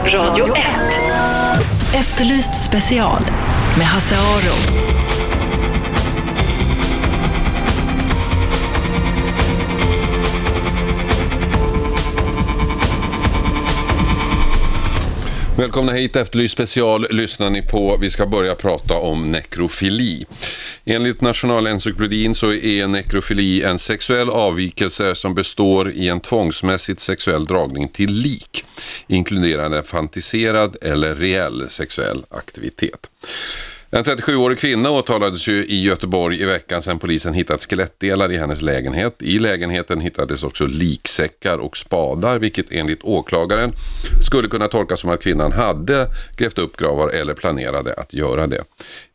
Radio 1. Efterlyst special med Hasse Aro. Välkomna hit, Efterlyst special lyssnar ni på. Vi ska börja prata om nekrofili. Enligt Nationalencyklopedin så är nekrofili en sexuell avvikelse som består i en tvångsmässigt sexuell dragning till lik, inkluderande fantiserad eller reell sexuell aktivitet. En 37-årig kvinna åtalades ju i Göteborg i veckan sedan polisen hittat skelettdelar i hennes lägenhet. I lägenheten hittades också liksäckar och spadar, vilket enligt åklagaren skulle kunna tolkas som att kvinnan hade grävt upp gravar eller planerade att göra det.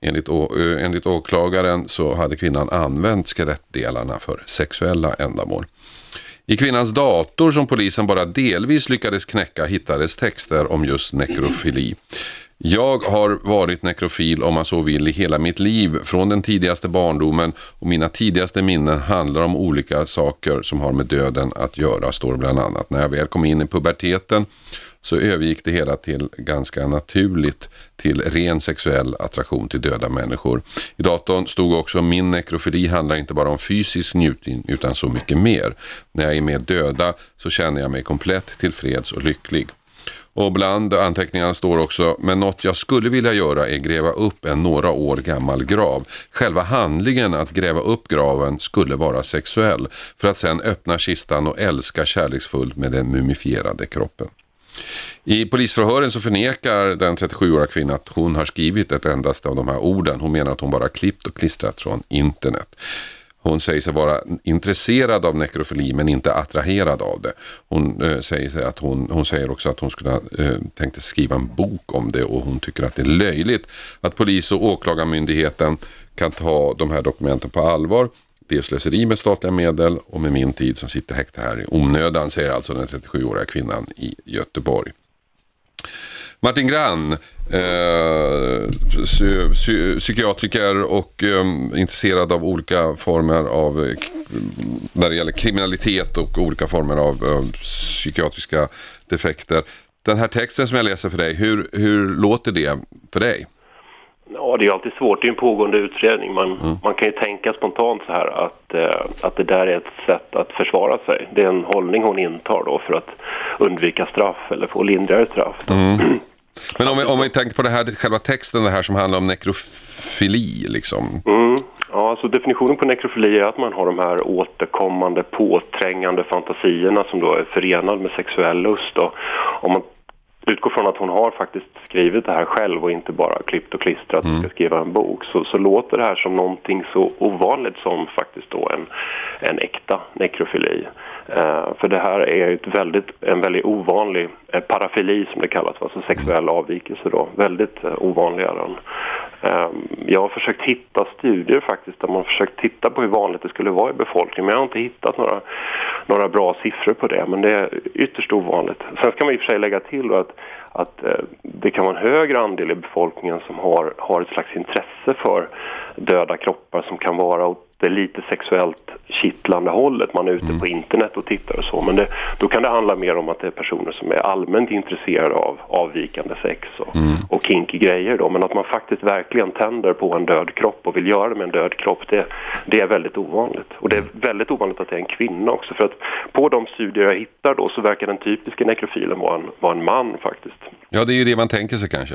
Enligt åklagaren så hade kvinnan använt skelettdelarna för sexuella ändamål. I kvinnans dator som polisen bara delvis lyckades knäcka hittades texter om just nekrofili. Jag har varit nekrofil om man så vill i hela mitt liv, från den tidigaste barndomen, och mina tidigaste minnen handlar om olika saker som har med döden att göra, står bland annat. När jag väl kom in i puberteten så övergick det hela till ganska naturligt till ren sexuell attraktion till döda människor. I datorn stod också: min nekrofili handlar inte bara om fysisk njutning utan så mycket mer. När jag är med döda så känner jag mig komplett tillfreds och lycklig. Och bland anteckningarna står också: men något jag skulle vilja göra är gräva upp en några år gammal grav. Själva handlingen att gräva upp graven skulle vara sexuell, för att sen öppna kistan och älska kärleksfullt med den mumifierade kroppen. I polisförhören så förnekar den 37-åriga kvinnan att hon har skrivit ett endast av de här orden. Hon menar att hon bara klippt och klistrat från internet. Hon säger sig vara intresserad av nekrofili men inte attraherad av det. Hon säger också att hon skulle tänkte skriva en bok om det, och hon tycker att det är löjligt att polis- och åklagarmyndigheten kan ta de här dokumenten på allvar. Det är slöseri med statliga medel och med min tid som sitter häktad här i onödan, säger alltså den 37-åriga kvinnan i Göteborg. Martin Grann, psykiatriker och intresserad av olika former av, när det gäller kriminalitet och olika former av psykiatriska defekter. Den här texten som jag läser för dig, hur låter det för dig? Ja, det är alltid svårt. Det är en pågående utredning. Man kan ju tänka spontant så här att det där är ett sätt att försvara sig. Det är en hållning hon intar då för att undvika straff eller få lindrigare straff. Men om vi tänker på det här, själva texten, det här som handlar om nekrofili liksom. Ja, så definitionen på nekrofili är att man har de här återkommande, påträngande fantasierna som då är förenade med sexuell lust. Och om man utgår från att hon har faktiskt skrivit det här själv och inte bara klippt och klistrat och ska skriva en bok, så låter det här som någonting så ovanligt som faktiskt då en äkta nekrofili. För det här är en väldigt ovanlig parafili som det kallas, alltså sexuell avvikelse då, väldigt ovanligare. Jag har försökt hitta studier faktiskt där man försökt titta på hur vanligt det skulle vara i befolkningen, men jag har inte hittat några bra siffror på det, men det är ytterst ovanligt. Sen ska man i och för sig lägga till då att det kan vara en högre andel i befolkningen som har ett slags intresse för döda kroppar som kan vara åt det lite sexuellt kittlande hållet. Man är ute på internet och tittar och så, men då kan det handla mer om att det är personer som är allmänt intresserade av avvikande sex och kinky grejer då, men att man faktiskt verkligen tänder på en död kropp och vill göra det med en död kropp, det är väldigt ovanligt. Och det är väldigt ovanligt att det är en kvinna också, för att på de studier jag hittar då så verkar den typiska nekrofilen vara en man faktiskt. Ja, det är ju det man tänker sig kanske.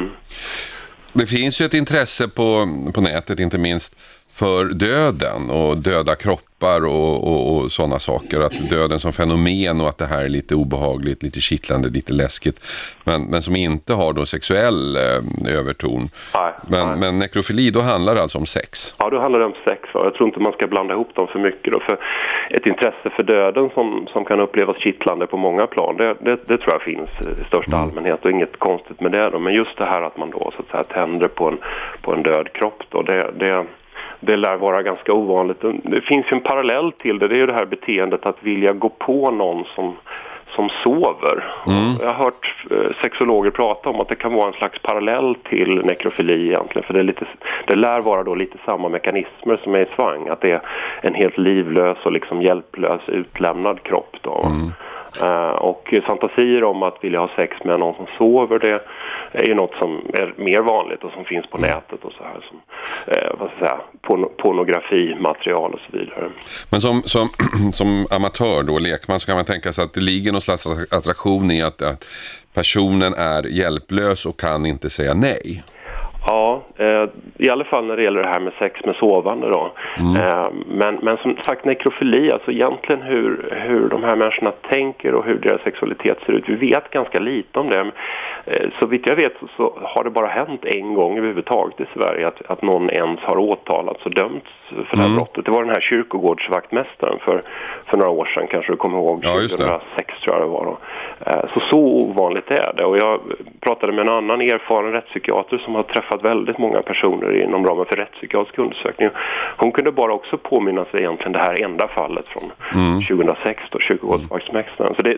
Det finns ju ett intresse på nätet, inte minst för döden och döda kroppar och sådana saker, att döden som fenomen och att det här är lite obehagligt, lite kittlande, lite läskigt, men som inte har då sexuell överton. Men nekrofili, då handlar det alltså om sex? Ja, då handlar det om sex. Jag tror inte man ska blanda ihop dem för mycket då, för ett intresse för döden som kan upplevas kittlande på många plan, det tror jag finns i största allmänhet, och inget konstigt med det då. Men just det här att man då så att säga tänder på en död kropp då, det lär vara ganska ovanligt. Det finns ju en parallell till det. Det är ju det här beteendet att vilja gå på någon som sover. Jag har hört sexologer prata om att det kan vara en slags parallell till nekrofili egentligen. För det lär vara då lite samma mekanismer som är i svang. Att det är en helt livlös och liksom hjälplös utlämnad kropp då. Och fantasier om att vilja ha sex med någon som sover, det är ju något som är mer vanligt och som finns på nätet och så här, som vad ska jag säga, pornografimaterial och så vidare. Men som amatör då, lekman, så kan man tänka sig att det ligger någon slags attraktion i att personen är hjälplös och kan inte säga nej. Ja, i alla fall när det gäller det här med sex med sovande då. Men som sagt, nekrofili, alltså egentligen hur de här människorna tänker och hur deras sexualitet ser ut, vi vet ganska lite om det. Så vitt jag vet så har det bara hänt en gång överhuvudtaget i Sverige att någon ens har åtalats och dömts för det här brottet. Det var den här kyrkogårdsvaktmästaren för några år sedan, kanske du kommer ihåg, 2006 tror jag det var då. Så ovanligt är det, och jag pratade med en annan erfaren rättspsykiater som har träffat väldigt många personer inom ramen för rättspsykiatrisk undersökning. Hon kunde bara också påminna sig egentligen det här enda fallet från 2006 då, kyrkogårdsvaktmästaren. Så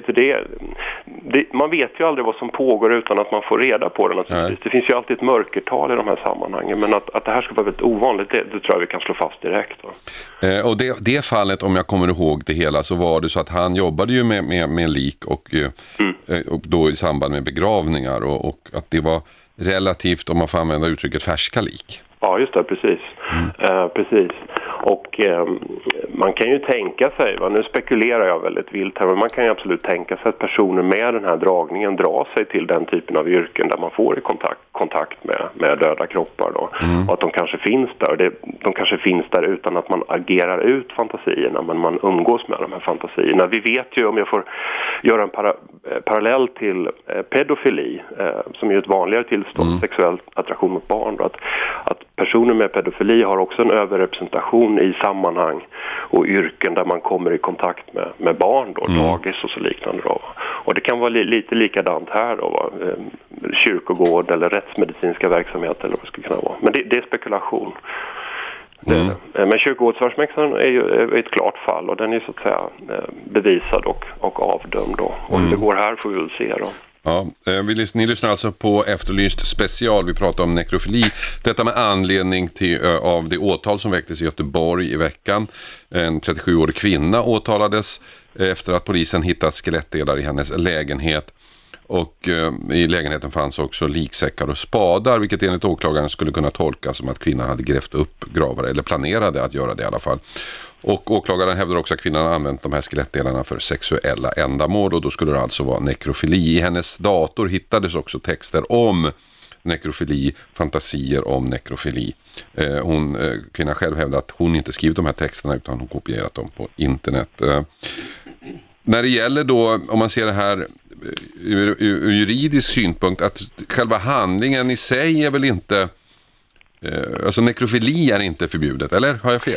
man vet ju aldrig vad som pågår utan att man får reda på det naturligtvis. Det finns ju alltid ett mörkertal i de här sammanhangen, men att det här ska vara väldigt ovanligt, det tror jag vi kan slå fast direkt. Och det fallet, om jag kommer ihåg det hela, så var det så att han jobbade ju med lik och då i samband med begravningar och att det var relativt, om man får använda uttrycket, färska lik. Ja, just det, precis. Precis. Och man kan ju tänka sig, nu spekulerar jag väldigt vilt här, men man kan ju absolut tänka sig att personer med den här dragningen drar sig till den typen av yrken där man får i kontakt med döda kroppar då. Och att de kanske finns där. De kanske finns där utan att man agerar ut fantasierna, men man umgås med de här fantasierna. Vi vet ju, om jag får göra en parallell till pedofili, som är ett vanligare tillstånd, sexuell attraktion mot barn då, att personer med pedofili har också en överrepresentation i sammanhang och yrken där man kommer i kontakt med barn då, dagis och så liknande då. Och det kan vara lite likadant här då, kyrkogård eller rättsmedicinska verksamheter eller vad det skulle kunna vara. Men det är spekulation. Men kyrkogårdsvaktmästaren är ju ett klart fall, och den är så att säga bevisad och avdömd då. Och hur det går här får vi väl se då. Ja, ni lyssnar alltså på Efterlyst special. Vi pratar om nekrofili. Detta med anledning av det åtal som väcktes i Göteborg i veckan. En 37-årig kvinna åtalades efter att polisen hittat skelettdelar i hennes lägenhet. Och i lägenheten fanns också liksäckar och spadar, vilket enligt åklagaren skulle kunna tolkas som att kvinnan hade grävt upp gravar, eller planerade att göra det i alla fall. Och åklagaren hävdar också att kvinnan använt de här skelettdelarna för sexuella ändamål, och då skulle det alltså vara nekrofili. I hennes dator hittades också texter om nekrofili, fantasier om nekrofili. Kvinnan själv hävdar att hon inte skrivit de här texterna utan hon kopierat dem på internet. När det gäller då, om man ser det här ur juridisk synpunkt, att själva handlingen i sig är väl inte, alltså nekrofili är inte förbjudet, eller har jag fel?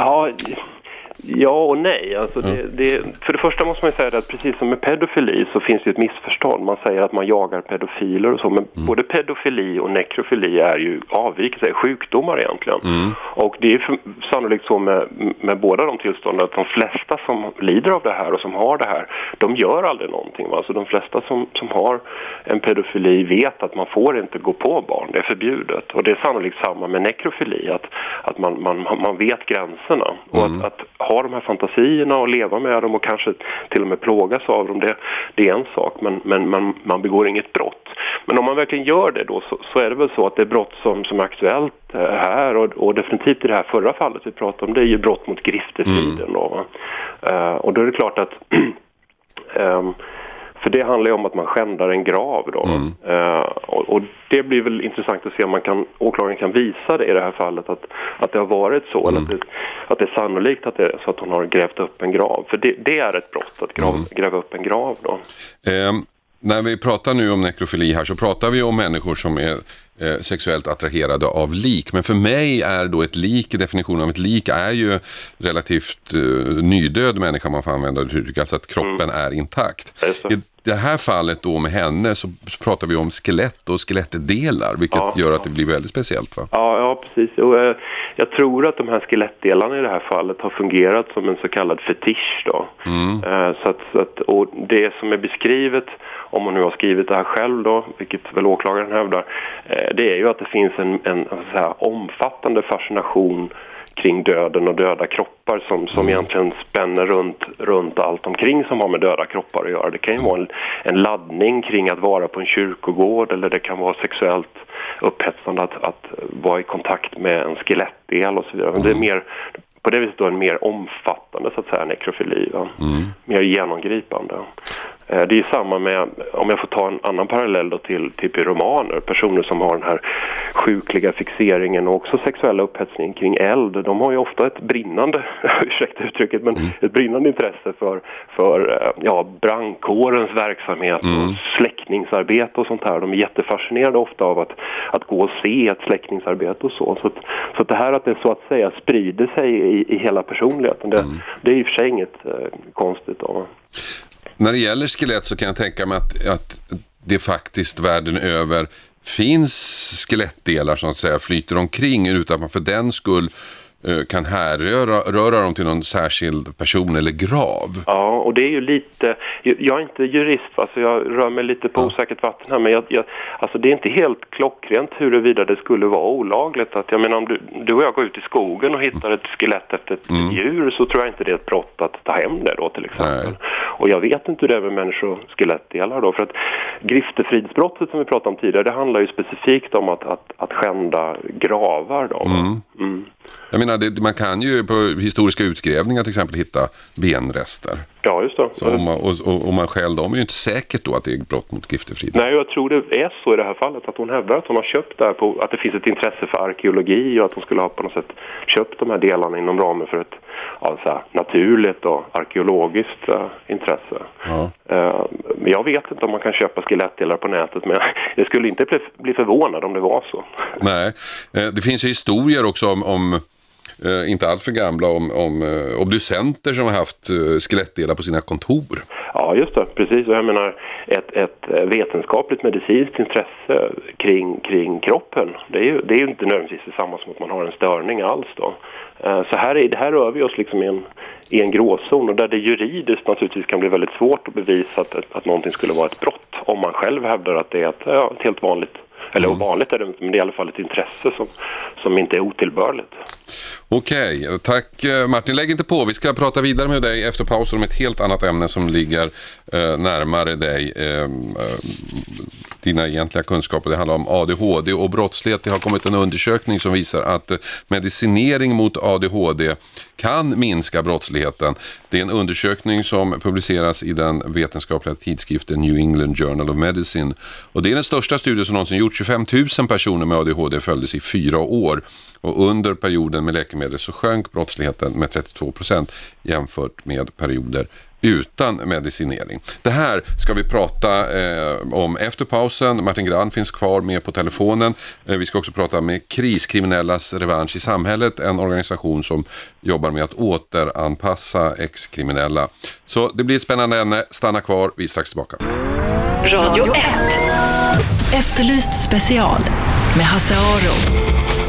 Ja och nej. Alltså för det första måste man ju säga att precis som med pedofili så finns det ett missförstånd. Man säger att man jagar pedofiler och så, men både pedofili och nekrofili är ju avvikelser, sjukdomar egentligen. Och det är sannolikt så med båda de tillstånden att de flesta som lider av det här och som har det här, de gör aldrig någonting. Alltså de flesta som har en pedofili vet att man får inte gå på barn, det är förbjudet. Och det är sannolikt samma med nekrofili, att man vet gränserna. Och att ha de här fantasierna och leva med dem och kanske till och med plågas av dem, det är en sak, men man begår inget brott. Men om man verkligen gör det då så är det väl så att det är brott som är aktuellt här, och definitivt i det här förra fallet vi pratade om, det är ju brott mot griftefriden då. Och då är det klart att för det handlar ju om att man skändar en grav då. Och det blir väl intressant att se om åklagaren kan visa det i det här fallet, att det har varit så, eller att det är sannolikt att det är så att hon har grävt upp en grav. För det är ett brott att gräva upp en grav då. När vi pratar nu om nekrofili här så pratar vi om människor som är sexuellt attraherade av lik. Men för mig är då ett lik, definitionen av ett lik är ju relativt nydöd människa, man får använda det uttrycket, alltså att kroppen är intakt. I det här fallet då med henne så pratar vi om skelett och skelettdelar, vilket gör att det blir väldigt speciellt, va? Ja, precis. Och jag tror att de här skelettdelarna i det här fallet har fungerat som en så kallad fetisch då. Och det som är beskrivet, om hon nu har skrivit det här själv då, vilket väl åklagaren hävdar, det är ju att det finns en så här omfattande fascination kring döden och döda kroppar som egentligen spänner runt allt omkring som har med döda kroppar att göra. Det kan ju vara en laddning kring att vara på en kyrkogård, eller det kan vara sexuellt upphetsande att vara i kontakt med en skelettdel och så vidare. Men det är mer, på det viset då, en mer omfattande så att säga nekrofili, mer genomgripande. Det är ju samma med, om jag får ta en annan parallell då till pyromaner, personer som har den här sjukliga fixeringen och också sexuella upphetsning kring eld. De har ju ofta ett brinnande, ursäkta uttrycket, men ett brinnande intresse för brandkårens verksamhet och släckningsarbete och sånt här. De är jättefascinerade ofta av att gå och se ett släckningsarbete och så. Så det här att det så att säga sprider sig i hela personligheten, det är i och för sig inget konstigt av. När det gäller skelett så kan jag tänka mig att det faktiskt världen över finns skelettdelar som så att säga flyter omkring utan att man för den skull kan röra dem till någon särskild person eller grav. Ja, och det är ju lite, jag är inte jurist, alltså jag rör mig lite på osäkert vatten här, men alltså det är inte helt klockrent huruvida det skulle vara olagligt. Att jag menar, om du och jag går ut i skogen och hittar ett skelett efter ett djur, så tror jag inte det är ett brott att ta hem det då till exempel. Nej. Och jag vet inte hur det är med människor och skelettdelar då, för att griftefridsbrottet som vi pratade om tidigare, det handlar ju specifikt om att skända gravar då. Jag menar, man kan ju på historiska utgrävningar till exempel hitta benrester. Ja, just det. Så om man skäl dem är ju inte säkert då att det är brott mot griftefrid. Nej, jag tror det är så i det här fallet att hon hävdar att hon har köpt det här på, att det finns ett intresse för arkeologi och att hon skulle ha på något sätt köpt de här delarna inom ramen för ett så här, naturligt och arkeologiskt intresse. Ja. Men jag vet inte om man kan köpa skelettdelar på nätet, men jag skulle inte bli förvånad om det var så. Nej, det finns ju historier också om inte allt för gamla, om obducenter som har haft skelettdelar på sina kontor. Ja, just det, precis. Och jag menar, ett vetenskapligt medicinskt intresse kring kroppen, det är ju inte nödvändigtvis samma som att man har en störning alls då. Så här rör vi oss liksom i en gråzon, och där det juridiskt naturligtvis kan bli väldigt svårt att bevisa att någonting skulle vara ett brott om man själv hävdar att det är ett helt vanligt, eller ovanligt är det inte, men det är i alla fall ett intresse som inte är otillbörligt. Okej, tack Martin. Lägg inte på, vi ska prata vidare med dig efter pausen om ett helt annat ämne som ligger närmare dig, dina egentliga kunskaper. Det handlar om ADHD och brottslighet. Det har kommit en undersökning som visar att medicinering mot ADHD kan minska brottsligheten. Det är en undersökning som publiceras i den vetenskapliga tidskriften New England Journal of Medicine. Och det är den största studien som någonsin gjorts. 25 000 personer med ADHD följdes i 4 år. Och under perioden med läkemedel så sjönk brottsligheten med 32% jämfört med perioder utan medicinering. Det här ska vi prata om efter pausen. Martin Grann finns kvar med på telefonen. Vi ska också prata med Kriskriminellas revansch i samhället, en organisation som jobbar med att återanpassa ex-kriminella. Så det blir ett spännande ämne. Stanna kvar, vi är strax tillbaka. Radio 1. Efterlyst special med Hasse Aro.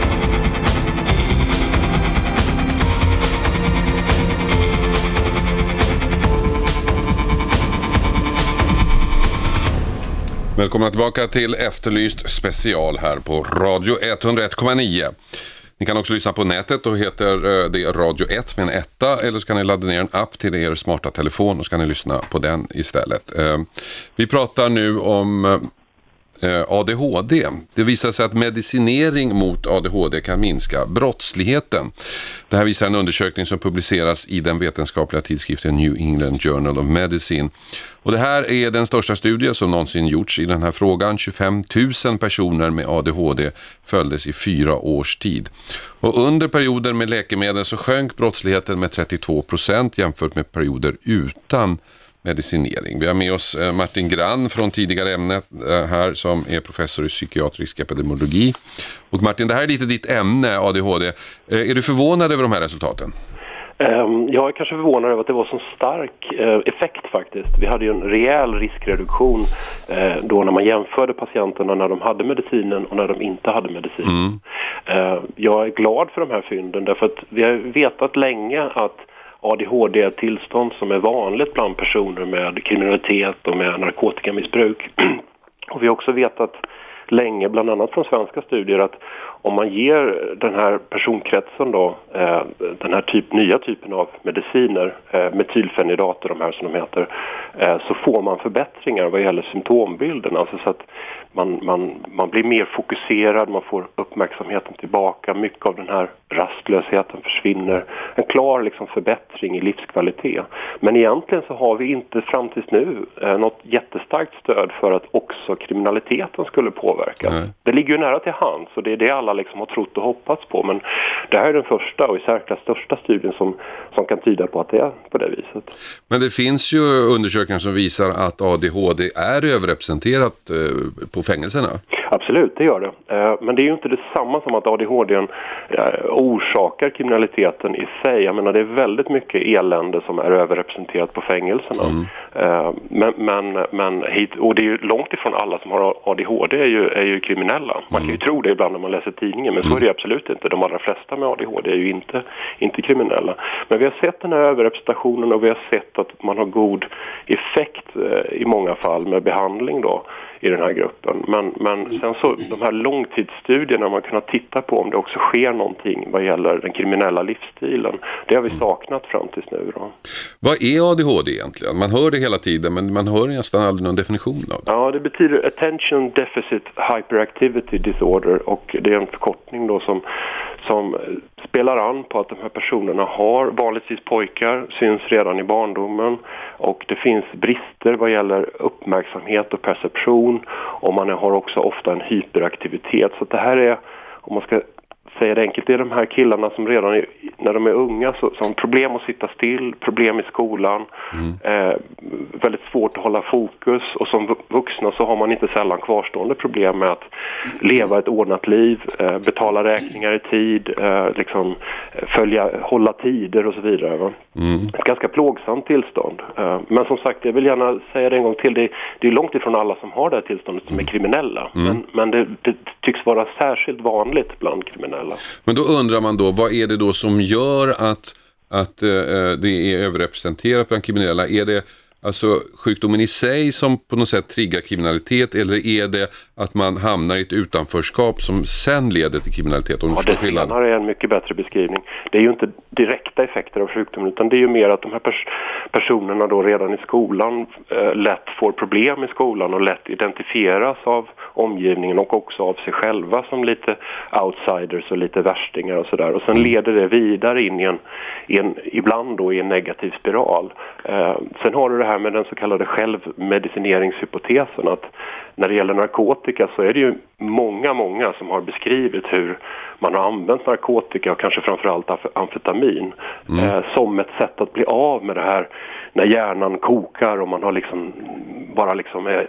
Välkomna tillbaka till Efterlyst special här på Radio 101,9. Ni kan också lyssna på nätet och heter det Radio 1 med en etta, eller så kan ni ladda ner en app till er smarta telefon och så kan ni lyssna på den istället. Vi pratar nu om ADHD. Det visar sig att medicinering mot ADHD kan minska brottsligheten. Det här visar en undersökning som publiceras i den vetenskapliga tidskriften New England Journal of Medicine. Och det här är den största studie som någonsin gjorts i den här frågan. 25 000 personer med ADHD följdes i 4 års tid. Och under perioder med läkemedel så sjönk brottsligheten med 32% jämfört med perioder utan medicinering. Vi har med oss Martin Grann från tidigare ämnet här som är professor i psykiatrisk epidemiologi. Och Martin, det här är lite ditt ämne, ADHD. Är du förvånad över de här resultaten? Jag är kanske förvånad över att det var så stark effekt faktiskt. Vi hade ju en rejäl riskreduktion då när man jämförde patienterna när de hade medicinen och när de inte hade medicin. Jag är glad för de här fynden därför att vi har vetat länge att ADHD är ett tillstånd som är vanligt bland personer med kriminalitet och med narkotikamissbruk. Och vi har också vetat länge, bland annat från svenska studier, att om man ger den här personkretsen då, den här nya typen av mediciner, metylfenidater, de här som de heter, så får man förbättringar vad gäller symptombilden. Alltså så att man blir mer fokuserad, man får uppmärksamheten tillbaka, mycket av den här rastlösheten försvinner. En klar liksom förbättring i livskvalitet. Men egentligen så har vi inte fram tills nu något jättestarkt stöd för att också kriminaliteten skulle påverka. Det ligger ju nära till hands, och det är det alla liksom har trott och hoppats på. Men det här är den första och i särklass största studien som kan tyda på att det är på det viset. Men det finns ju undersökningar som visar att ADHD är överrepresenterat på fängelserna. Absolut, det gör det. Men det är ju inte detsamma som att ADHD orsakar kriminaliteten i sig. Jag menar, det är väldigt mycket elände som är överrepresenterat på fängelserna. Och det är ju långt ifrån alla som har ADHD är ju kriminella. Man kan ju tro det ibland när man läser tidningen, men så är det absolut inte. De allra flesta med ADHD är ju inte kriminella. Men vi har sett den här överrepresentationen, och vi har sett att man har god effekt i många fall med behandling då i den här gruppen. Men sen så de här långtidsstudierna, man kan titta på om det också sker någonting vad gäller den kriminella livsstilen. Det har vi saknat fram tills nu då. Vad är ADHD egentligen? Man hör det hela tiden, men man hör nästan aldrig någon definition av det. Ja, det betyder Attention Deficit Hyperactivity Disorder, och det är en förkortning då som spelar an på att de här personerna har, vanligtvis pojkar, syns redan i barndomen, och det finns brister vad gäller uppmärksamhet och perception, och man har också ofta en hyperaktivitet. Så det här är, om man ska säga det enkelt, det är de här killarna som redan när de är unga så har problem att sitta still, problem i skolan, väldigt svårt att hålla fokus, och som vuxna så har man inte sällan kvarstående problem med att leva ett ordnat liv, betala räkningar i tid, liksom hålla tider och så vidare. Va? Ett ganska plågsamt tillstånd. Men som sagt, jag vill gärna säga det en gång till, det är långt ifrån alla som har det här tillståndet som är kriminella, men det tycks vara särskilt vanligt bland kriminella. Men då undrar man då, vad är det då som gör att det är överrepresenterat bland kriminella? Är det alltså sjukdomen i sig som på något sätt triggar kriminalitet, eller är det att man hamnar i ett utanförskap som sen leder till kriminalitet? Det senare är en mycket bättre beskrivning. Det är ju inte direkta effekter av sjukdomen, utan det är ju mer att de här personerna då redan i skolan lätt får problem i skolan och lätt identifieras av omgivningen och också av sig själva som lite outsiders och lite värstingar och sådär. Och sen leder det vidare in ibland då i en negativ spiral. Sen har du det här med den så kallade självmedicineringshypotesen, att när det gäller narkotika så är det ju många som har beskrivit hur man har använt narkotika och kanske framförallt amfetamin som ett sätt att bli av med det här när hjärnan kokar och man har liksom bara liksom är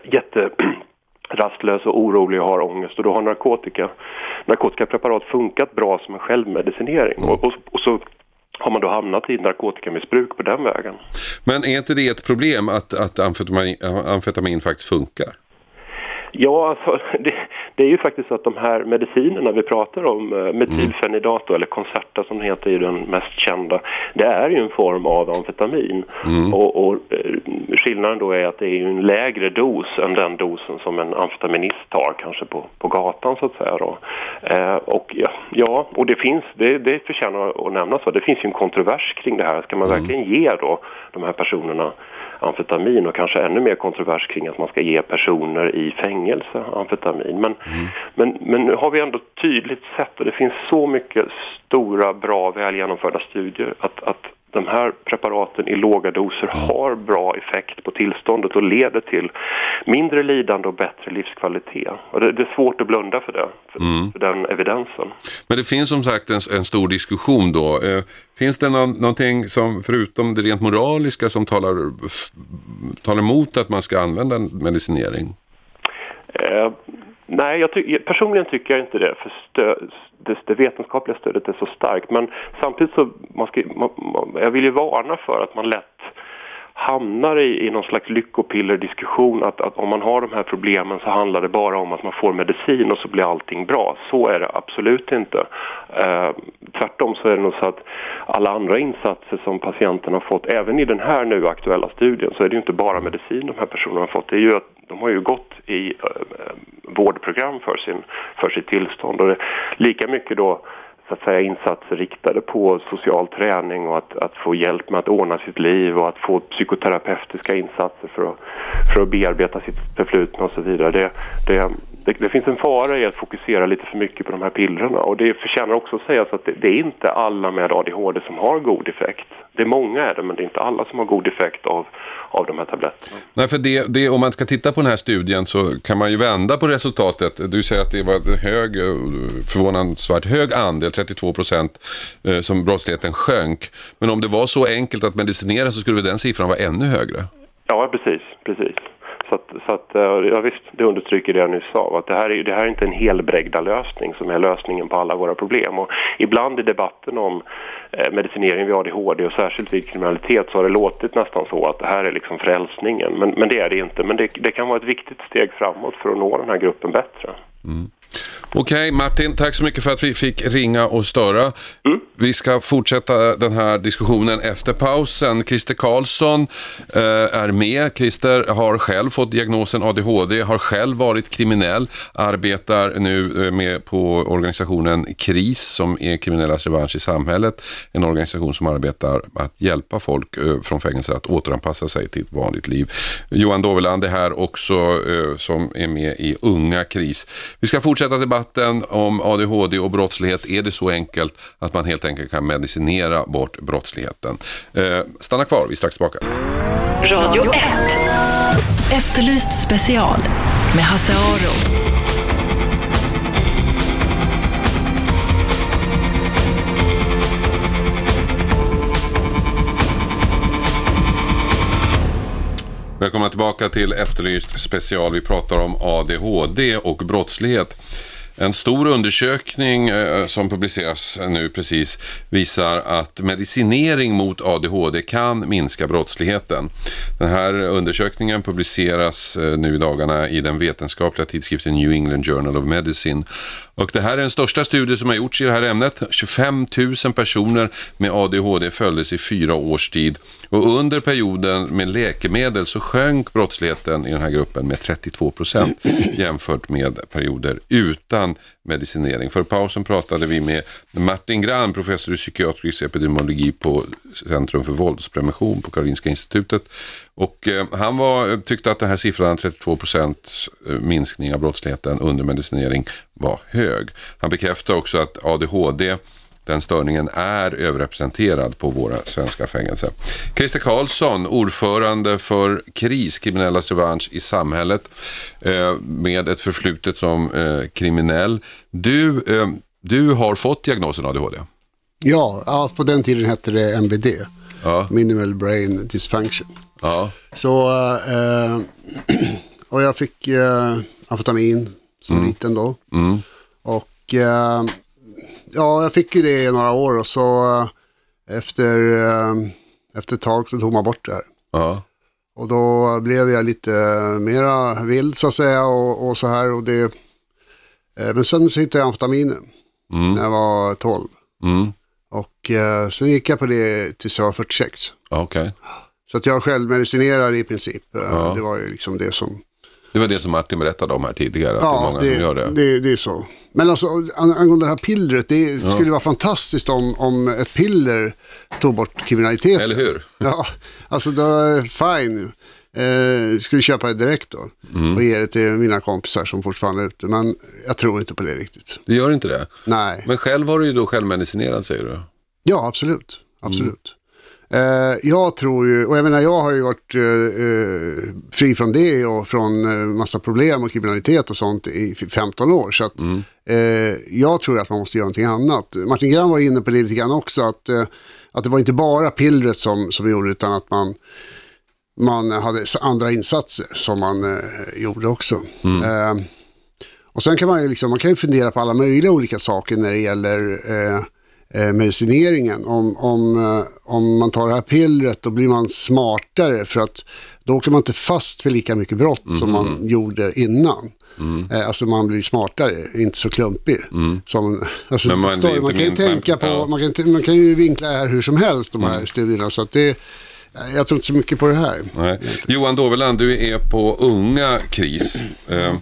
rastlös och orolig och har ångest, och då har narkotikapreparat funkat bra som en självmedicinering och så har man då hamnat i narkotikamissbruk på den vägen. Men är inte det ett problem att amfetamin faktiskt funkar? Ja, alltså, det är ju faktiskt så att de här medicinerna vi pratar om, metylfenidato eller Concerta som det heter, är den mest kända. Det är ju en form av amfetamin. Och skillnaden då är att det är ju en lägre dos än den dosen som en amfetaminist tar kanske på gatan så att säga då. Och det finns, det förtjänar att nämnas, det finns ju en kontrovers kring det här. Ska man verkligen ge då de här personerna amfetamin, och kanske ännu mer kontrovers kring att man ska ge personer i fängelse amfetamin. Men nu har vi ändå tydligt sett, och det finns så mycket stora, bra, väl genomförda studier att de här preparaten i låga doser har bra effekt på tillståndet och leder till mindre lidande och bättre livskvalitet. Och det är svårt att blunda för det, för den evidensen. Men det finns som sagt en stor diskussion då. Finns det någonting som, förutom det rent moraliska, som talar emot att man ska använda medicinering? Nej, personligen tycker jag inte det, för det vetenskapliga stödet är så starkt. Men samtidigt så jag vill ju varna för att man lätt hamnar i någon slags lyckopillerdiskussion, att om man har de här problemen så handlar det bara om att man får medicin och så blir allting bra. Så är det absolut inte. Tvärtom så är det nog så att alla andra insatser som patienten har fått, även i den här nu aktuella studien, så är det ju inte bara medicin de här personerna har fått. Det är ju att de har ju gått i vårdprogram för sitt tillstånd. Och det är lika mycket då så att säga insatser riktade på social träning och att få hjälp med att ordna sitt liv och att få psykoterapeutiska insatser för att bearbeta sitt förflutna och så vidare. Det finns en fara i att fokusera lite för mycket på de här pillerna, och det förtjänar också att sägas att det är inte alla med ADHD som har god effekt. Det är många är det, men det är inte alla som har god effekt av de här tabletterna. Nej, för det, om man ska titta på den här studien så kan man ju vända på resultatet. Du säger att det var förvånansvärt hög andel, 32%, som brottsligheten sjönk. Men om det var så enkelt att medicinera så skulle den siffran vara ännu högre. Ja, precis. Så att ja, visst, det understryker det jag nyss sa, att det här är inte en helbrägda lösning som är lösningen på alla våra problem. Och ibland i debatten om medicinering vid ADHD och särskilt vid kriminalitet så har det låtit nästan så att det här är liksom frälsningen. Men det är det inte. Men det kan vara ett viktigt steg framåt för att nå den här gruppen bättre. Mm. Okej, Martin, tack så mycket för att vi fick ringa och störa. Vi ska fortsätta den här diskussionen efter pausen. Christer Karlsson är med. Christer har själv fått diagnosen ADHD, har själv varit kriminell, arbetar nu med på organisationen KRIS som är Kriminellas revansch i samhället. En organisation som arbetar att hjälpa folk från fängelser att återanpassa sig till ett vanligt liv. Johan Doveland är här också som är med i Unga KRIS. Vi ska fortsätta debatten om ADHD och brottslighet. Är det så enkelt att man helt enkelt kan medicinera bort brottsligheten? Stanna kvar, vi är strax tillbaka. Radio 1. Efterlyst special med Hasse Aro. Välkomna tillbaka till Efterlyst special. Vi pratar om ADHD och brottslighet. En stor undersökning som publiceras nu precis visar att medicinering mot ADHD kan minska brottsligheten. Den här undersökningen publiceras nu i dagarna i den vetenskapliga tidskriften New England Journal of Medicine. Och det här är den största studie som har gjorts i det här ämnet. 25 000 personer med ADHD följdes i 4 års tid. Och under perioden med läkemedel så sjönk brottsligheten i den här gruppen med 32% jämfört med perioder utan medicinering. För pausen pratade vi med Martin Gran, professor i psykiatrisk epidemiologi på Centrum för våldsprevention på Karolinska institutet. Och han tyckte att den här siffran 32% minskning av brottsligheten under medicinering var hög. Han bekräftade också att ADHD, den störningen, är överrepresenterad på våra svenska fängelser. Christer Karlsson, ordförande för KRIS, Kriminellas revansch i samhället, med ett förflutet som kriminell. Du har fått diagnosen ADHD? Ja, på den tiden hette det MBD. Ja. Minimal Brain Dysfunction. Ja. Så, och jag fick amfetamin som liten då. Och ja, jag fick ju det i några år och så efter ett tag så tog man bort det här. Ja. Och då blev jag lite mera vild så att säga och så här. Och det, men sen så hittade jag amfetaminen när jag var 12. Och sen gick jag på det tills jag var 46. Okay. Så att jag själv medicinerade i princip. Ja. Det var ju liksom det som... Det var det som Martin berättade om här tidigare, att ja, det är många som gör det. Det är så. Men alltså, angående det här pillret, det skulle vara fantastiskt om ett piller tog bort kriminalitet. Eller hur? Ja, alltså då är fine. Skulle köpa det direkt då och ge det till mina kompisar som fortfarande är ute. Men jag tror inte på det riktigt. Det gör inte det? Nej. Men själv har du ju då självmedicinerat, säger du? Ja, absolut. Jag tror ju, och jag menar jag har ju varit fri från det och från massa problem och kriminalitet och sånt i 15 år så att jag tror att man måste göra någonting annat. Martin Gran var inne på det lite grann också att det var inte bara pillret som gjorde utan att man hade andra insatser som man gjorde också. Och sen kan man ju liksom, man kan ju fundera på alla möjliga olika saker när det gäller medicineringen. Om man tar det här pillret då blir man smartare för att då åker man inte fast för lika mycket brott som man gjorde innan. Alltså man blir smartare, inte så klumpig. Som, alltså, man kan ju tänka på, man kan ju vinkla här hur som helst de här studierna så att det, jag tror inte så mycket på det här. Nej. Johan Doveland, du är på Unga KRIS.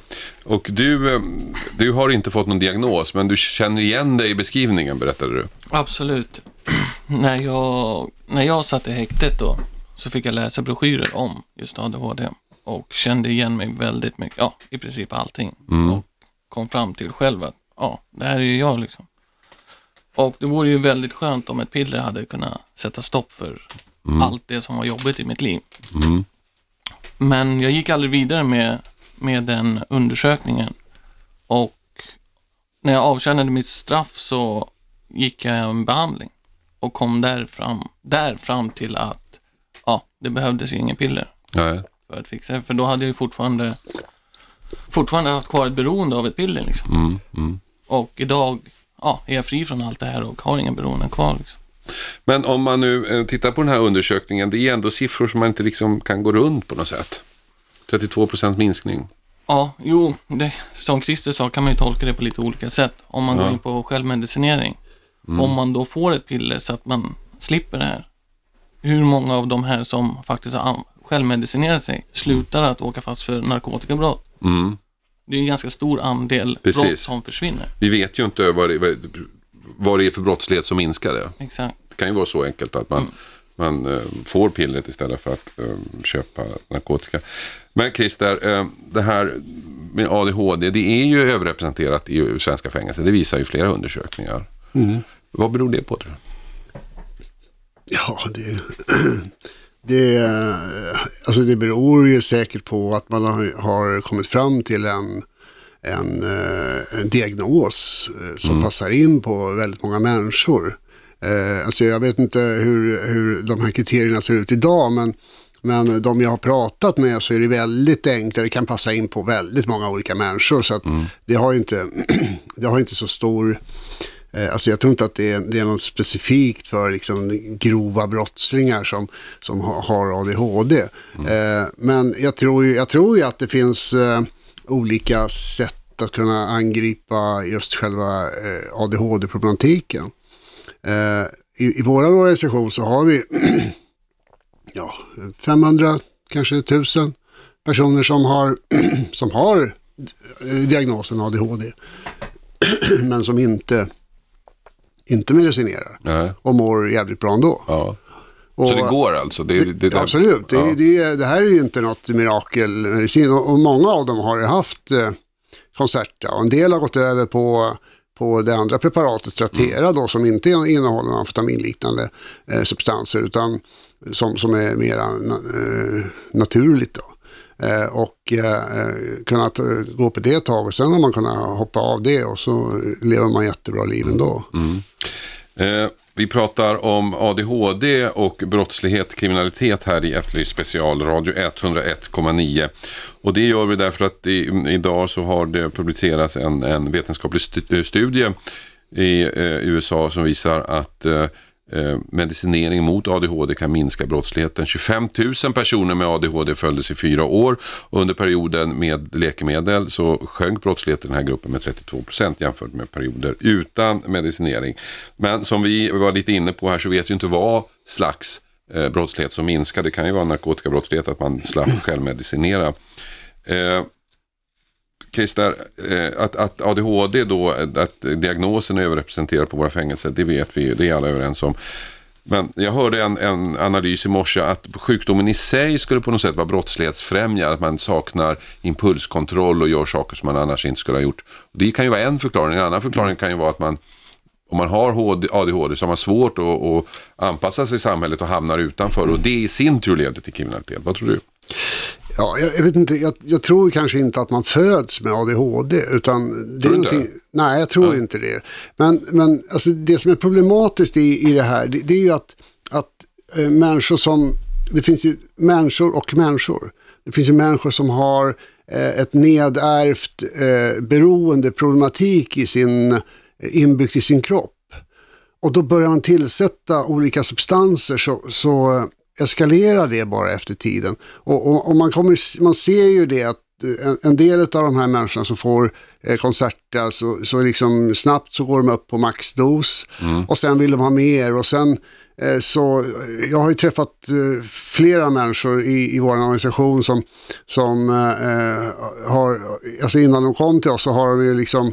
Och du har inte fått någon diagnos, men du känner igen dig i beskrivningen, berättade du. Absolut. När jag satt i häktet då, så fick jag läsa broschyrer om just ADHD. Och kände igen mig väldigt mycket, ja, i princip allting. Och kom fram till själv att, ja, det här är ju jag liksom. Och det vore ju väldigt skönt om ett piller hade kunnat sätta stopp för allt det som var jobbigt i mitt liv. Men jag gick aldrig vidare med den undersökningen. Och när jag avtjänade mitt straff så gick jag en behandling. Och kom där fram till att det behövdes ju ingen piller. Nej. För att fixa. För då hade jag ju fortfarande haft kvar ett beroende av ett piller liksom. Och idag är jag fri från allt det här och har ingen beroende kvar liksom. Men om man nu tittar på den här undersökningen, det är ändå siffror som man inte liksom kan gå runt på något sätt. 32% minskning. Ja, jo, som Christer sa kan man ju tolka det på lite olika sätt. Om man går in på självmedicinering. Om man då får ett piller så att man slipper det här. Hur många av de här som faktiskt har självmedicinerat sig slutar att åka fast för narkotikabrott? Det är en ganska stor andel brott som försvinner. Vi vet ju inte vad det är för brottslighet som minskar det. Exakt. Det kan ju vara så enkelt att man får pillret istället för att köpa narkotika. Men Christer, det här med ADHD, det är ju överrepresenterat i svenska fängelser. Det visar ju flera undersökningar. Vad beror det på, tror du? Ja, det beror ju säkert på att man har kommit fram till en diagnos som passar in på väldigt många människor. Alltså jag vet inte hur de här kriterierna ser ut idag, men de jag har pratat med så är det väldigt enkelt. Det kan passa in på väldigt många olika människor, så att det har inte så stor... Alltså jag tror inte att det är något specifikt för liksom grova brottslingar som har ADHD. Men jag tror ju att det finns olika sätt att kunna angripa just själva ADHD-problematiken. I vår organisation så har vi 500, kanske 1000 personer som har diagnosen ADHD men som inte medicinerar. Nej. Och mår jävligt bra ändå. Ja. Så det går alltså? Absolut. Det här är ju inte något mirakelmedicin. Och många av dem har haft Concerta. Och en del har gått över på det andra preparatet, Strattera, då, som inte innehåller amfetaminliknande substanser, utan som är mer naturligt då. Och kunna gå på det ett tag, och sen har man kunnat hoppa av det, och så lever man jättebra liv ändå. Vi pratar om ADHD och brottslighet, kriminalitet här i Efterlyst special, Radio 101,9. Och det gör vi därför att idag så har det publicerats en vetenskaplig studie i USA som visar att medicinering mot ADHD kan minska brottsligheten. 25 000 personer med ADHD följdes i 4 år, och under perioden med läkemedel så sjönk brottsligheten i den här gruppen med 32% jämfört med perioder utan medicinering. Men som vi var lite inne på här så vet vi inte vad slags brottslighet som minskar. Det kan ju vara narkotikabrottslighet, att man slapp självmedicinera. Christer, att ADHD då, att diagnosen är överrepresenterad på våra fängelser, det vet vi ju, det är alla överens om. Men jag hörde en analys i morse att sjukdomen i sig skulle på något sätt vara brottslighetsfrämjande, att man saknar impulskontroll och gör saker som man annars inte skulle ha gjort. Det kan ju vara en förklaring. En annan förklaring kan ju vara att om man har ADHD så har man svårt att anpassa sig i samhället och hamnar utanför, och det i sin tur leder till kriminalitet. Vad tror du? Ja, jag vet inte, jag tror kanske inte att man föds med ADHD, utan det är någonting, nej, jag tror inte det. Men alltså, det som är problematiskt i det här, det är ju att människor som, det finns ju människor och människor. Det finns ju människor som har ett nedärvt beroendeproblematik inbyggt i sin kropp. Och då börjar man tillsätta olika substanser så eskalerar det bara efter tiden. Och man ser ju det att en del av de här människorna som får Concerta så liksom snabbt så går de upp på maxdos, och sen vill de ha mer, och sen så jag har ju träffat flera människor i vår organisation som har, alltså innan de kom till oss så har de ju liksom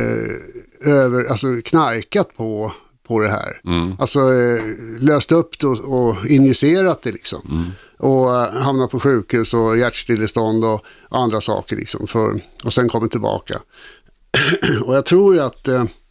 knarkat på det här. Alltså löst upp det och injicerat det liksom. Och hamnat på sjukhus och hjärtstillestånd och andra saker liksom och sen kommer tillbaka. Och jag tror ju att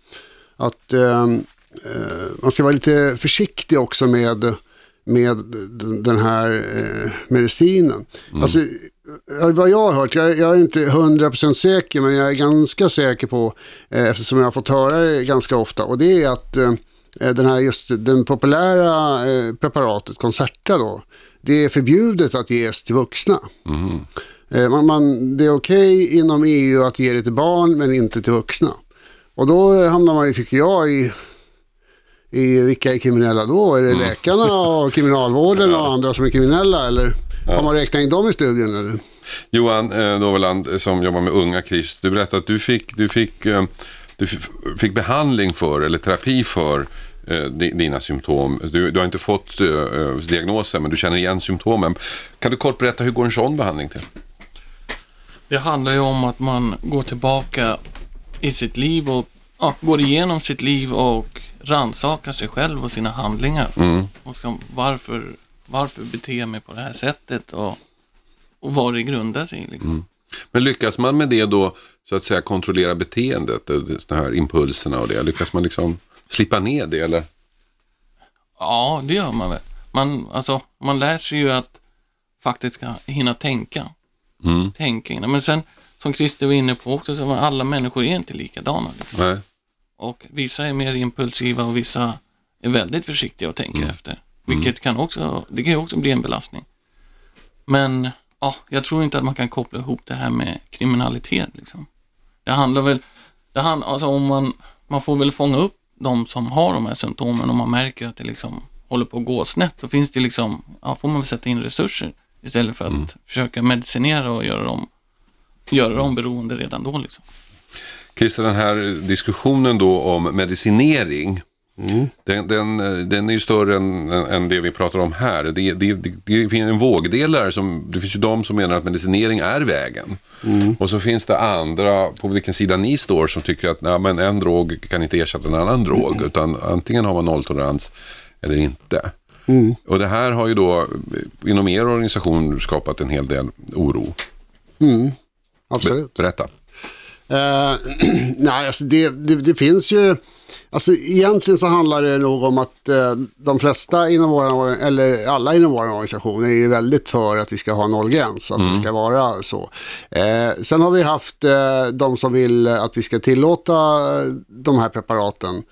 man ska vara lite försiktig också med den här medicinen. Alltså, vad jag har hört, jag är inte 100% säker, men jag är ganska säker på, eftersom jag har fått höra det ganska ofta, och det är att den populära preparatet Concerta då, det är förbjudet att ges till vuxna. Det är okej inom EU att ge det till barn, men inte till vuxna. Och då hamnar man ju, tycker jag, i vilka är kriminella då? Är det läkarna och kriminalvården och andra som är kriminella, eller har man räknat in dem i studien? Eller? Johan Doveland som jobbar med unga KRIS, du berättade att du fick behandling för, eller terapi för dina symptom. Du har inte fått diagnosen, men du känner igen symptomen. Kan du kort berätta, hur går en sån behandling till? Det handlar ju om att man går tillbaka i sitt liv och går igenom sitt liv och rannsakar sig själv och sina handlingar. Och varför beter jag mig på det här sättet och vad det grundar sig i liksom. Men lyckas man med det då, så att säga, kontrollera beteendet, de här impulserna och det? Lyckas man liksom slippa ner det, eller? Ja, det gör man väl. Man lär sig ju att faktiskt ska hinna tänka. Tänka innan. Men sen, som Christer var inne på också, så alla människor är inte likadana. Liksom. Nej. Och vissa är mer impulsiva och vissa är väldigt försiktiga och tänker efter. Vilket kan också bli en belastning. Men jag tror inte att man kan koppla ihop det här med kriminalitet. Liksom. Man får väl fånga upp de som har de här symptomen, och man märker att det liksom håller på att gå snett. Då finns det liksom, får man väl sätta in resurser istället för att försöka medicinera och göra dem beroende redan då liksom. Christer, den här diskussionen då om medicinering, den är ju större än det vi pratar om här. Det finns en vågdelare det finns ju de som menar att medicinering är vägen. Och så finns det andra, på vilken sida ni står, som tycker att en drog kan inte ersätta en annan drog, utan antingen har man nolltolerans eller inte. Och det här har ju då inom er organisation skapat en hel del oro. Absolut. Berätta. Nej, alltså det finns ju, alltså egentligen så handlar det nog om att de flesta inom alla inom vår organisation är ju väldigt för att vi ska ha nollgräns, att det ska vara så. Sen har vi haft de som vill att vi ska tillåta de här preparaten.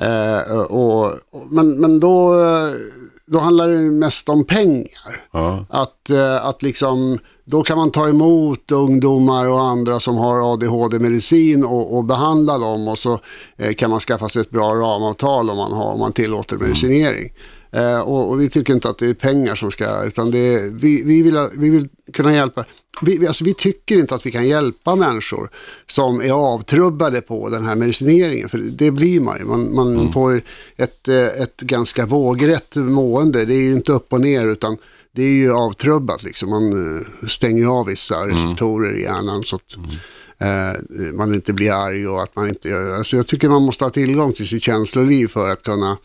Men då handlar det mest om pengar. Att liksom, då kan man ta emot ungdomar och andra som har ADHD-medicin och behandla dem, och så kan man skaffa sig ett bra ramavtal om man tillåter medicinering. Och vi tycker inte att det är pengar som ska, utan vi vill kunna hjälpa. Vi tycker inte att vi kan hjälpa människor som är avtrubbade på den här medicineringen, för det blir man ju. Man får ett ganska vågrätt mående. Det är ju inte upp och ner, utan det är ju avtrubbat liksom. Man stänger av vissa receptorer i hjärnan så att man inte blir arg, och att man inte gör. Alltså jag tycker man måste ha tillgång till sitt känsloliv för att kunna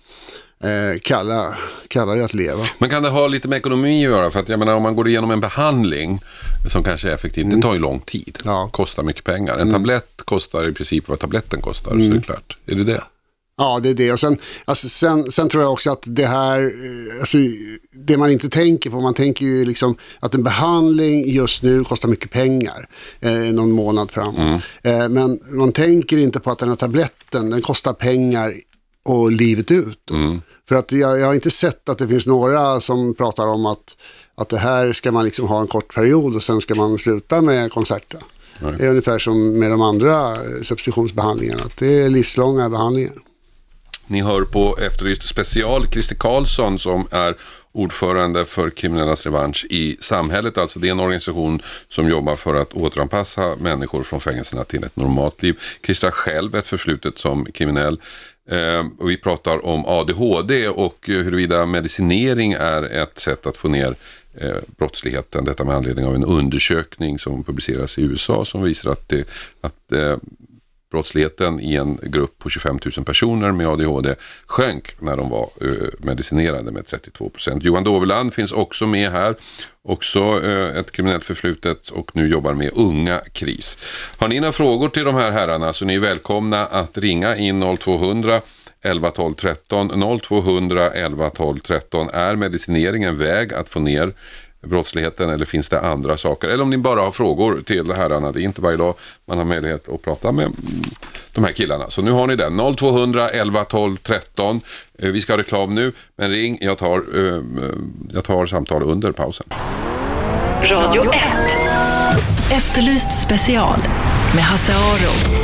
kalla det att leva. Men kan det ha lite med ekonomi att göra? För att jag menar, om man går igenom en behandling som kanske är effektiv, det tar ju lång tid. Kostar mycket pengar. En tablett kostar i princip vad tabletten kostar, såklart. Är det det? Ja, det är det. Och sen tror jag också att det här, alltså, det man inte tänker på, man tänker ju liksom att en behandling just nu kostar mycket pengar någon månad framåt. Men man tänker inte på att den här tabletten, den kostar pengar och livet ut. För att jag har inte sett att det finns några som pratar om att det här ska man liksom ha en kort period och sen ska man sluta med Concerta. Det är ungefär som med de andra substitutionsbehandlingarna, att det är livslånga behandlingar. Ni hör på Efterlyst special Christer Karlsson, som är ordförande för Kriminellas revansch i samhället. Alltså det är en organisation som jobbar för att återanpassa människor från fängelserna till ett normalt liv. Christer själv ett förflutet som kriminell. Och vi pratar om ADHD och huruvida medicinering är ett sätt att få ner brottsligheten. Detta med anledning av en undersökning som publiceras i USA som visar att brottsligheten i en grupp på 25 000 personer med ADHD sjönk när de var medicinerade med 32%. Johan Dåveland finns också med här, också ett kriminellt förflutet och nu jobbar med unga kris. Har ni några frågor till de här herrarna så ni är välkomna att ringa in 0200 11 12 13. 0200 11 12 13. Är medicinering en väg att få ner brottsligheten eller finns det andra saker? Eller om ni bara har frågor till herrarna. Det är inte varje dag man har möjlighet att prata med de här killarna. Så nu har ni den. 0200 11 12 13. Vi ska ha reklam nu, men ring. Jag tar samtal under pausen. Radio 1. Efterlyst special med Hasse Aro.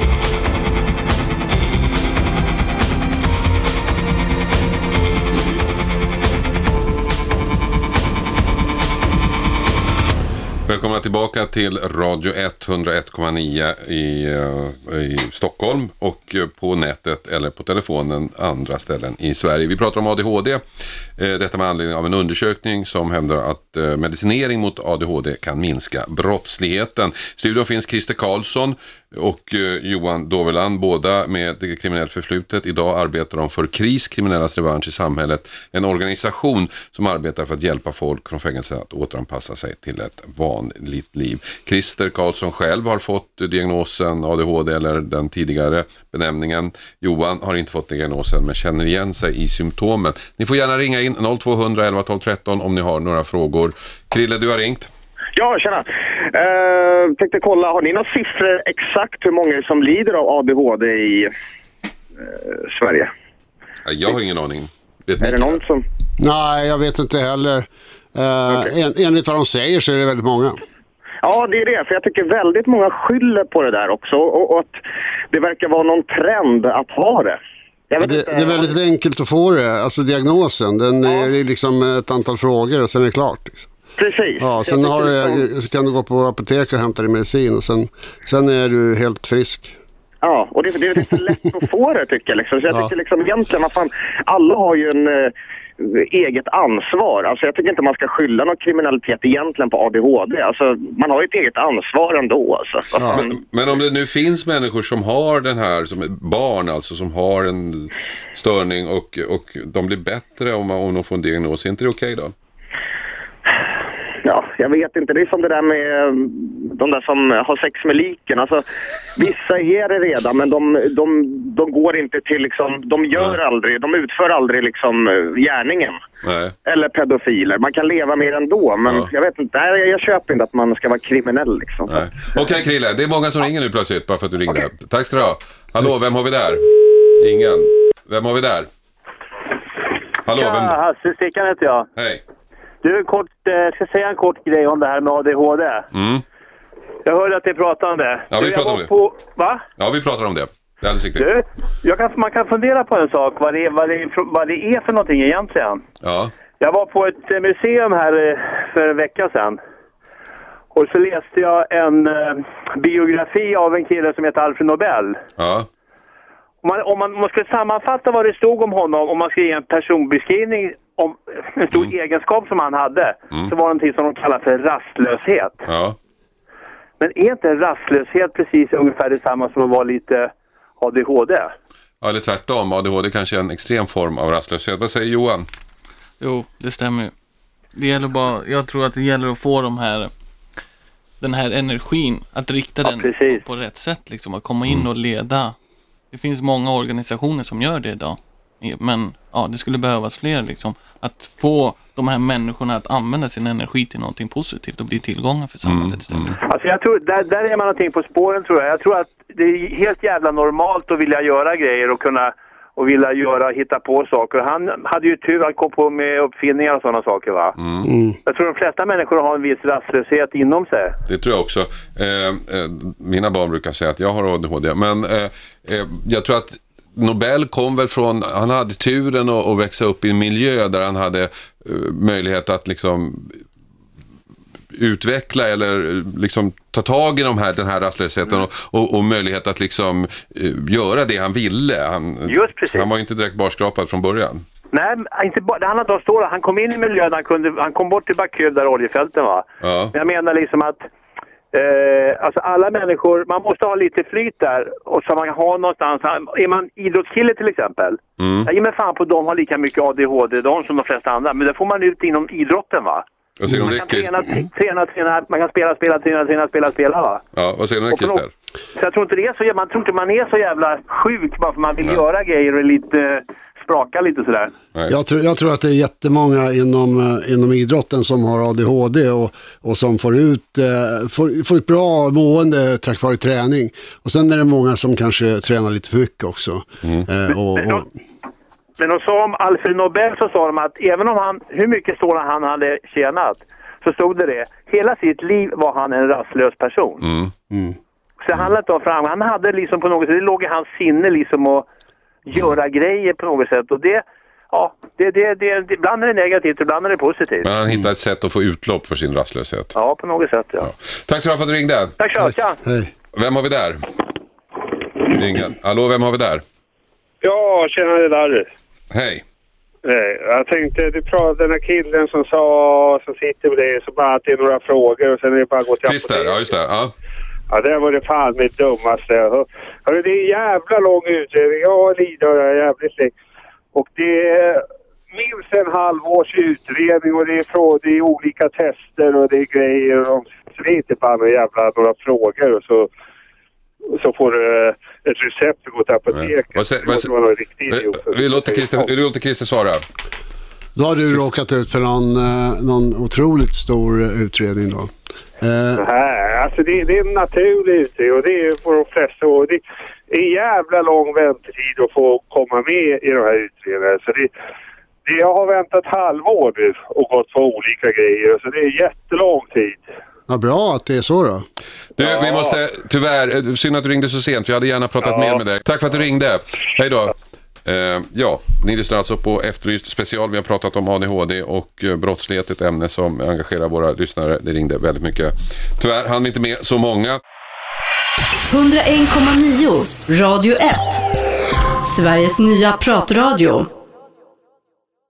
Välkomna tillbaka till Radio 101,9 i Stockholm och på nätet eller på telefonen andra ställen i Sverige. Vi pratar om ADHD. Detta med anledning av en undersökning som hävdar att medicinering mot ADHD kan minska brottsligheten. I studion finns Christer Karlsson och Johan Dåveland, båda med kriminellt förflutet. Idag arbetar de för KRIS, Kriminellas revansch i samhället, en organisation som arbetar för att hjälpa folk från fängelse att återanpassa sig till ett vanligt liv. Christer Karlsson själv har fått diagnosen ADHD eller den tidigare benämningen. Johan har inte fått diagnosen men känner igen sig i symptomen. Ni får gärna ringa in 0200 11 12 13 om ni har några frågor. Krille, du har ringt. Ja, tjena. Tänkte kolla, har ni några siffror exakt hur många som lider av ADHD i Sverige? Jag har ingen aning. Är det någon som... Nej, jag vet inte heller. Enligt vad de säger så är det väldigt många. Ja, det är det. För jag tycker väldigt många skyller på det där också. Och att det verkar vara någon trend att ha det. Det är väldigt enkelt att få det. Alltså diagnosen. Den är liksom ett antal frågor och sen är det klart. Liksom. Precis. Ja, sen kan du gå på apotek och hämta din medicin och sen är du helt frisk. Ja, och det är för lätt att få det tycker jag. Liksom. Så jag tycker liksom egentligen, alla har ju en eget ansvar. Alltså jag tycker inte man ska skylla någon kriminalitet egentligen på ADHD. Alltså man har ju ett eget ansvar ändå. Alltså. Ja. Men om det nu finns människor som har den här, som barn alltså, som har en störning och de blir bättre om de får en diagnos, är inte det okej då? Ja, jag vet inte. Det är som det där med de där som har sex med liken. Alltså, vissa är det redan, men de går inte till liksom, de utför aldrig liksom gärningen. Nej. Eller pedofiler. Man kan leva mer ändå, men jag vet inte. Jag köper inte att man ska vara kriminell liksom. Okej, Krille, det är många som ringer nu plötsligt bara för att du ringde. Okay. Tack ska du ha. Hallå, vem har vi där? Ingen. Vem har vi där? Hallå, vem? Hasse Stickan heter jag. Hej. Du, ska säga en kort grej om det här med ADHD. Mm. Jag hörde att ni pratade om det. Ja, vi pratar om det. Va? Ja, vi pratar om det. Det är alldeles riktigt. Du, man kan fundera på en sak. Vad det är för någonting egentligen. Ja. Jag var på ett museum här för en vecka sedan. Och så läste jag en biografi av en kille som heter Alfred Nobel. Ja. Om man ska sammanfatta vad det stod om honom, om man ska ge en personbeskrivning om en stor egenskap som han hade, så var det någonting som de kallar för rastlöshet. Ja. Men är inte rastlöshet precis ungefär detsamma som att vara lite ADHD? Ja, eller tvärtom. ADHD kanske är en extrem form av rastlöshet. Vad säger Johan? Jo, det stämmer ju. Jag tror att det gäller att få den här energin, att rikta den på rätt sätt, liksom, att komma in och leda. Det finns många organisationer som gör det idag. Men det skulle behövas fler, liksom. Att få de här människorna att använda sin energi till någonting positivt och bli tillgångar för samhället istället. Alltså jag tror, där är man någonting på spåren, tror jag. Jag tror att det är helt jävla normalt att vilja göra grejer och vilja hitta på saker. Han hade ju tur att gå på med uppfinningar och sådana saker, va? Jag tror de flesta människor har en viss rastlöshet inom sig. Det tror jag också. Mina barn brukar säga att jag har ADHD. Men jag tror att Nobel kom väl från, han hade turen att växa upp i en miljö där han hade möjlighet att liksom utveckla eller liksom ta tag i den här rastlösheten och möjlighet att liksom göra det han ville. Han var ju inte direkt barskrapad från början. Nej, inte bara. Det handlar inte om stora. Han kom in i miljön, han kom bort till Baku där oljefälten var. Ja. Men jag menar liksom att alltså alla människor, man måste ha lite flyt där och så man kan ha någonstans. Är man idrottskille till exempel, jag ger mig fan på de har lika mycket ADHD de som de flesta andra, men det får man ut inom idrotten va. Man kan träna, man kan spela va. Ja, vad säger du Christer? Så jag tror inte det är så, man tror inte man är så jävla sjuk bara för man vill göra grejer och lite spraka lite sådär. Jag tror att det är jättemånga inom idrotten som har ADHD och som får ett bra mående tack vare träning. Och sen är det många som kanske tränar lite för mycket också. Men de sa om Alfred Nobel så sa de att även om hur mycket stålar han hade tjänat så stod det hela sitt liv var han en rastlös person. Så det handlade inte om framgång. Han hade liksom på något sätt, det låg i hans sinne liksom att göra grejer på något sätt och det ibland är det negativt, ibland är det positivt. Men han hittade ett sätt att få utlopp för sin rastlöshet. Ja, på något sätt, ja. Tack så mycket för att du ringde. Tack så mycket. Hej. Vem har vi där? Ringen. Hallå, vem har vi där? Ja, tjena det där. Hej. Jag tänkte, du pratade den här killen som sitter med dig så bara att det är några frågor och sen är det bara att gå till Christer, ja just det, ja. Ja, det var det fan mitt dummaste. Hörru, det är en jävla lång utredning. Jag lider jävligt länge. Och det är minst en halvårs utredning och det är olika tester och det är grejer. Och så det är inte bara några frågor och så får du ett recept att gå till apoteket. Vi låter Christer svara. Då har du råkat ut för någon otroligt stor utredning då? Nej, alltså det är en naturlig utredning och det är för de flesta år. Det är en jävla lång väntetid att få komma med i de här utredningarna. Så jag har väntat halvår nu och gått på olika grejer så det är jättelång tid. Ja, bra att det är så då. Du, vi måste tyvärr, synd att du ringde så sent, vi hade gärna pratat mer med dig. Tack för att du ringde. Hej då. Ni lyssnar alltså på Efterlyst special. Vi har pratat om ADHD och brottslighet, ett ämne som engagerar våra lyssnare. Det ringde väldigt mycket. Tyvärr hann vi inte med så många. 101,9 Radio 1 Sveriges nya pratradio.